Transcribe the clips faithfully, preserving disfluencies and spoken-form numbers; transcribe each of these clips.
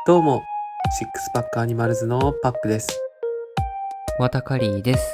どうも、シックスパックアニマルズのパックです。 ワタカリーです。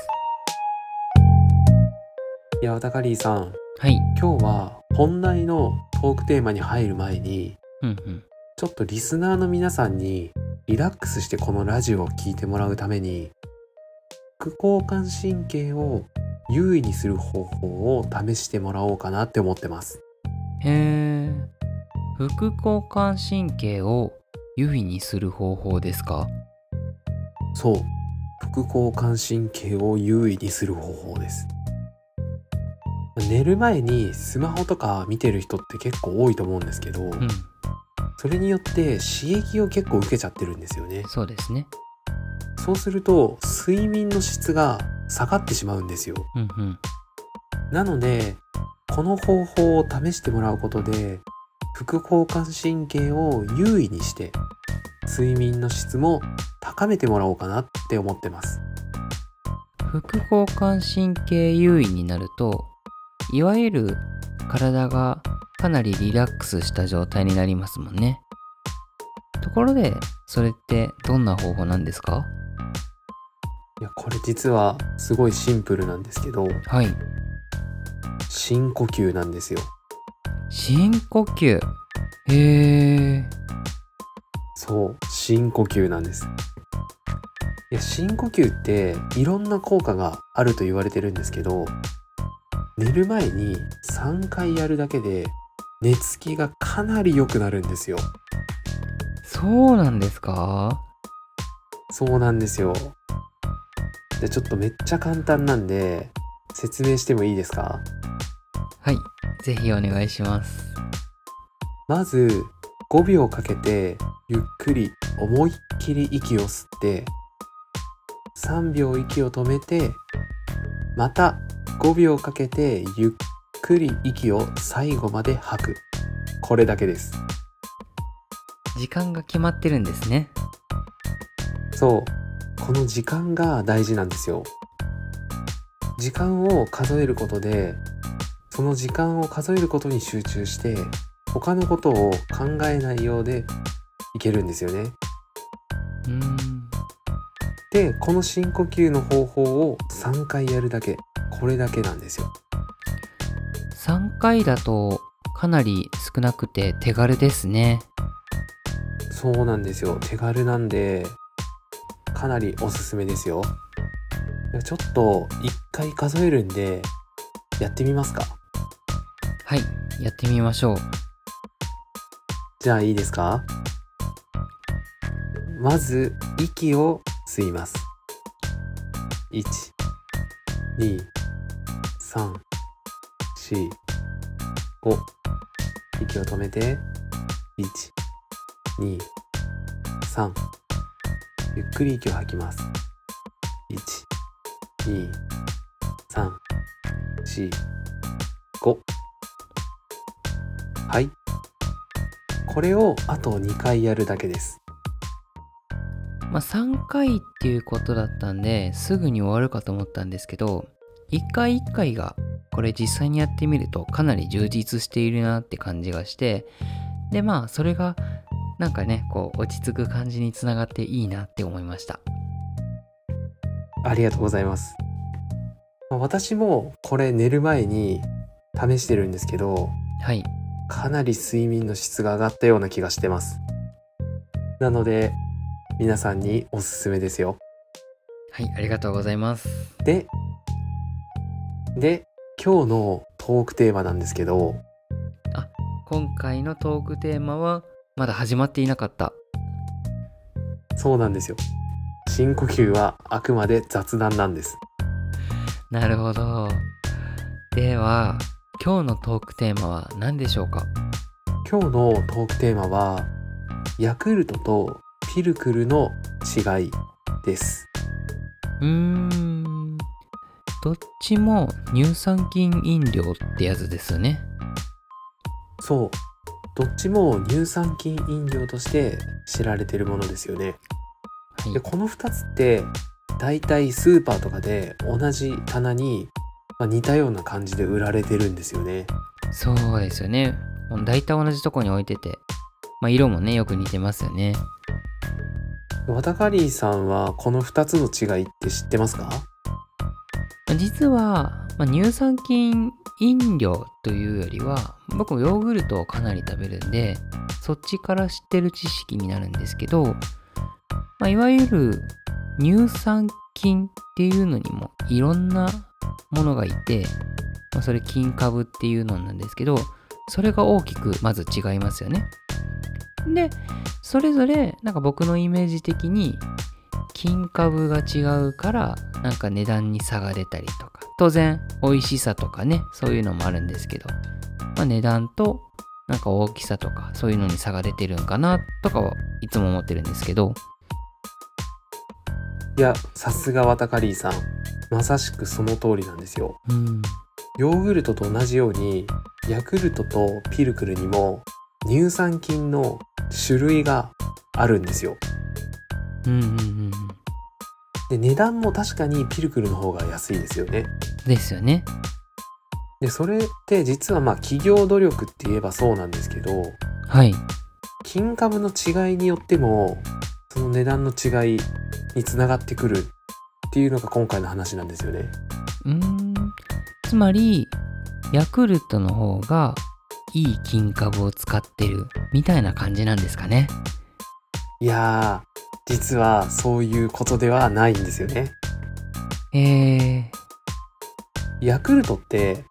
いや、ワタカリーさん、 はい。 今日は本題のトークテーマに入る前に、 うんうん。 ちょっとリスナーの皆さんにリラックスしてこのラジオを聞いてもらうために、副交感神経を優位にする方法を試してもらおうかなって思ってます。 へえ。副交感神経を優位にする方法ですか？ そう、副交感神経を優位にする方法です。寝る前にスマホとか見てる人って結構多いと思うんですけど、 うん。 それによって刺激を結構受けちゃってるんですよね。 そうですね。 そうすると睡眠の質が下がってしまうんですよ。 うんうん。 なのでこの方法を試してもらうことで副交感神経を優位にして睡眠の質も高めてもらおうかなって思ってます。 副交感神経優位になると、いわゆる体がかなりリラックスした状態になりますもんね。ところで、それってどんな方法なんですか？ いや、これ実はすごいシンプルなんですけど、 はい。 深呼吸なんですよ。 深呼吸。へえ。 そう、深呼吸なんです。いや、深呼吸っていろんな効果があると言われてるんですけど、寝る前にさんかいやるだけで寝つきがかなり良くなるんですよ。 そうなんですか？ そうなんですよ。じゃあちょっとめっちゃ簡単なんで説明してもいいですか？ はい。ぜひお願いします。 まずごびょうかけてゆっくり思いっきり息を吸ってさんびょう息を止めてまたごびょうかけてゆっくり息を最後まで吐く。これだけです。 時間が決まってるんですね。 そう、この時間が大事なんですよ。時間を数えることでその時間を数えることに集中して他のことを考えないようでいけるんですよね。 うーん。 で、この深呼吸の方法をさんかいやるだけ、これだけなんですよ。 さんかいだとかなり少なくて手軽ですね。 そうなんですよ。手軽なんでかなりおすすめですよ。ちょっといっかい数えるんでやってみますか？ はい、やってみましょう。 じゃあいいですか？まず息を吸います。いち、に、さん、よん、ご。息を止めていち、に、さん。ゆっくり息を吐きます。いち、に、さん、よん、ご。はい。これをあとにかいやるだけです。 まあさんかいっていうことだったんですぐに終わるかと思ったんですけど、いっかいいっかいがこれ実際にやってみるとかなり充実しているなって感じがして、でまあそれがなんかね、こう落ち着く感じにつながっていいなって思いました。 ありがとうございます。まあ私もこれ寝る前に試してるんですけど、 はい。 かなり睡眠の質が上がったような気がしてます。なので皆さんにおすすめですよ。 はい、ありがとうございます。 で、で、今日のトークテーマなんですけど、 あ、今回のトークテーマはまだ始まっていなかった。 そうなんですよ。深呼吸はあくまで雑談なんです。 なるほど。では、今日のトークテーマは何でしょうか？ 今日のトークテーマはヤクルトとピルクルの違いです。 うーん。どっちも乳酸菌飲料ってやつですよね。 そう、どっちも乳酸菌飲料として知られているものですよね。 はい。 で、このふたつってだいたいスーパーとかで同じ棚に、まあ、似たような感じで売られてるんですよね。 そうですよね。もう大体同じとこに置いてて、まあ色もね、よく似てますよね。 ワタカリーさんはこのふたつの違いって知ってますか？ 実は、まあ、乳酸菌飲料というよりは僕もヨーグルトをかなり食べるんで、そっちから知ってる知識になるんですけど、まあ、いわゆる乳酸菌っていうのにもいろんなものがいて、まあ、それ菌株っていうのなんですけど、それが大きくまず違いますよね。で、それぞれなんか僕のイメージ的に菌株が違うからなんか値段に差が出たりとか、当然美味しさとかね、そういうのもあるんですけど、まあ、値段となんか大きさとかそういうのに差が出てるんかなとかはいつも思ってるんですけど。 いや、さすがワタカリーさん、まさしくその通りなんですよ。 うん。 ヨーグルトと同じようにヤクルトとピルクルにも乳酸菌の種類があるんですよ。 うんうんうん。 で、値段も確かにピルクルの方が安いですよね。 ですよね。 で、それって実はまあ企業努力って言えばそうなんですけど、 はい。 菌株の違いによってもその値段の違いにつながってくるっていうのが今回の話なんですよね。 うーん。つまりヤクルトの方がいい菌株を使ってるみたいな感じなんですかね。 いやー、実はそういうことではないんですよね。 えー、 ヤクルトって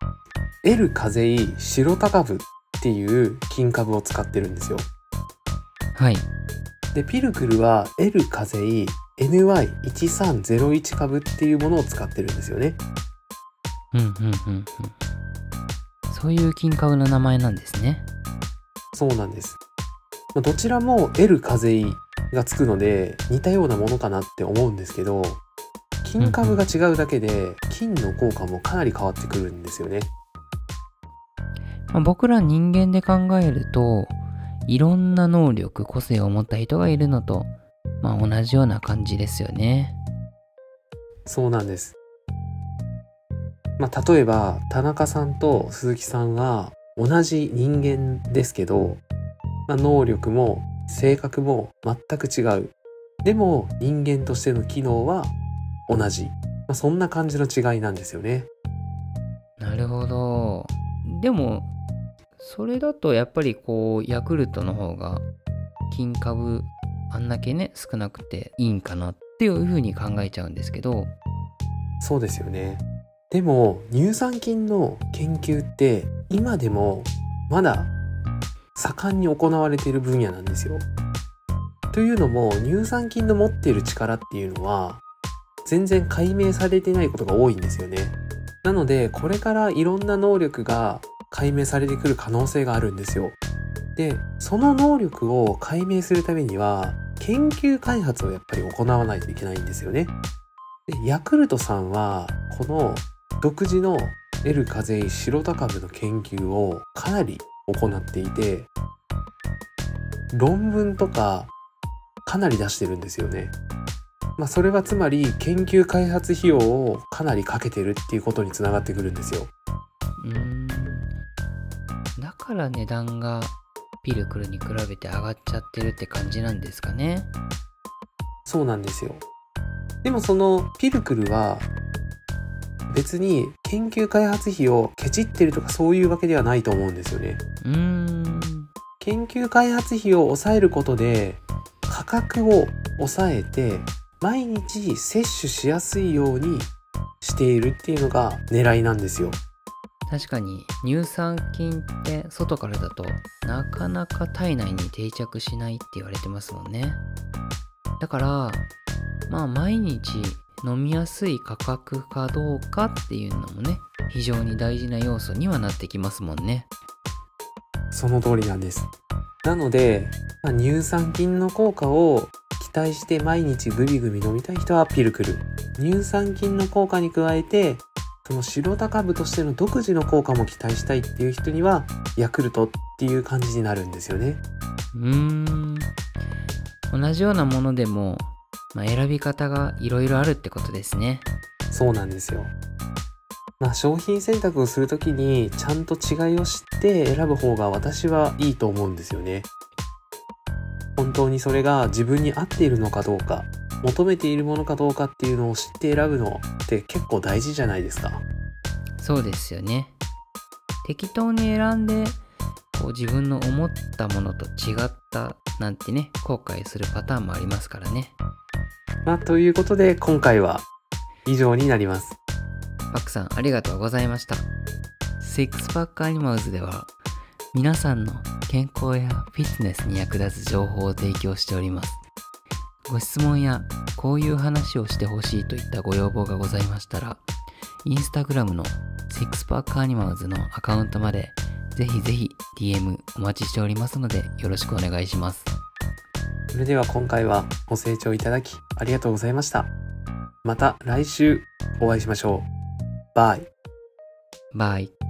L カゼイ白タ株っていう菌株を使ってるんですよ。 はい。 で、ピルクルは L カゼイ エヌワイいちさんゼロいち 株っていうものを使ってるんですよね。 うんうんうんうん。そういう菌株の名前なんですね。 そうなんです。まあどちらも L カゼイがつくので似たようなものかなって思うんですけど、菌株が違うだけで菌の効果もかなり変わってくるんですよね。 まあ、僕ら人間で考えると、いろんな能力、個性を持った人がいるのと、まあ同じような感じですよね。 そうなんです。まあ、例えば田中さんと鈴木さんは同じ人間ですけど、まあ、能力も性格も全く違う。でも人間としての機能は同じ。まあ、そんな感じの違いなんですよね。 なるほど。でも、それだとやっぱりこう、ヤクルトの方が菌株あんだけね、少なくていいんかなっていうふうに考えちゃうんですけど。 そうですよね。でも乳酸菌の研究って今でもまだ盛んに行われている分野なんですよ。というのも乳酸菌の持っている力っていうのは全然解明されていないことが多いんですよね。なのでこれからいろんな能力が解明されてくる可能性があるんですよ。で、その能力を解明するためには研究開発をやっぱり行わないといけないんですよね。で、ヤクルトさんはこの独自の L カゼイ白タ株の研究をかなり行っていて、論文とかかなり出してるんですよね。まあそれはつまり研究開発費用をかなりかけてるっていうことにつながってくるんですよ。 うーん。だから値段がピルクルに比べて上がっちゃってるって感じなんですかね。 そうなんですよ。でもそのピルクルは別に研究開発費をケチってるとかそういうわけではないと思うんですよね。 うーん。 研究開発費を抑えることで価格を抑えて毎日摂取しやすいようにしているっていうのが狙いなんですよ。 確かに乳酸菌って外からだとなかなか体内に定着しないって言われてますもんね。だからまあ毎日飲みやすい価格かどうかっていうのもね、非常に大事な要素にはなってきますもんね。 その通りなんです。なので、まあ、乳酸菌の効果を期待して毎日グビグビ飲みたい人はピルクル。乳酸菌の効果に加えてその白タ株としての独自の効果も期待したいっていう人にはヤクルトっていう感じになるんですよね。 うーん。同じようなものでも、まあ、選び方がいろいろあるってことですね。 そうなんですよ。まあ商品選択をするときにちゃんと違いを知って選ぶ方が私はいいと思うんですよね。本本当にそれが自分に合っているのかどうか、求めているものかどうかっていうのを知って選ぶのって結構大事じゃないですか。 そうですよね。適当に選んでこう自分の思ったものと違ったなんてね、後悔するパターンもありますからね。 まあということで今回は以上になります。 パックさんありがとうございました。シックスパックアニマルズでは皆さんの健康やフィットネスに役立つ情報を提供しております。ご質問やこういう話をしてほしいといったご要望がございましたら、インスタグラムのシックスパックアニマルズのアカウントまでぜひぜひ ディーエム お待ちしておりますのでよろしくお願いします。 それでは今回はご清聴いただきありがとうございました。また来週お会いしましょう。バイ。 バイ。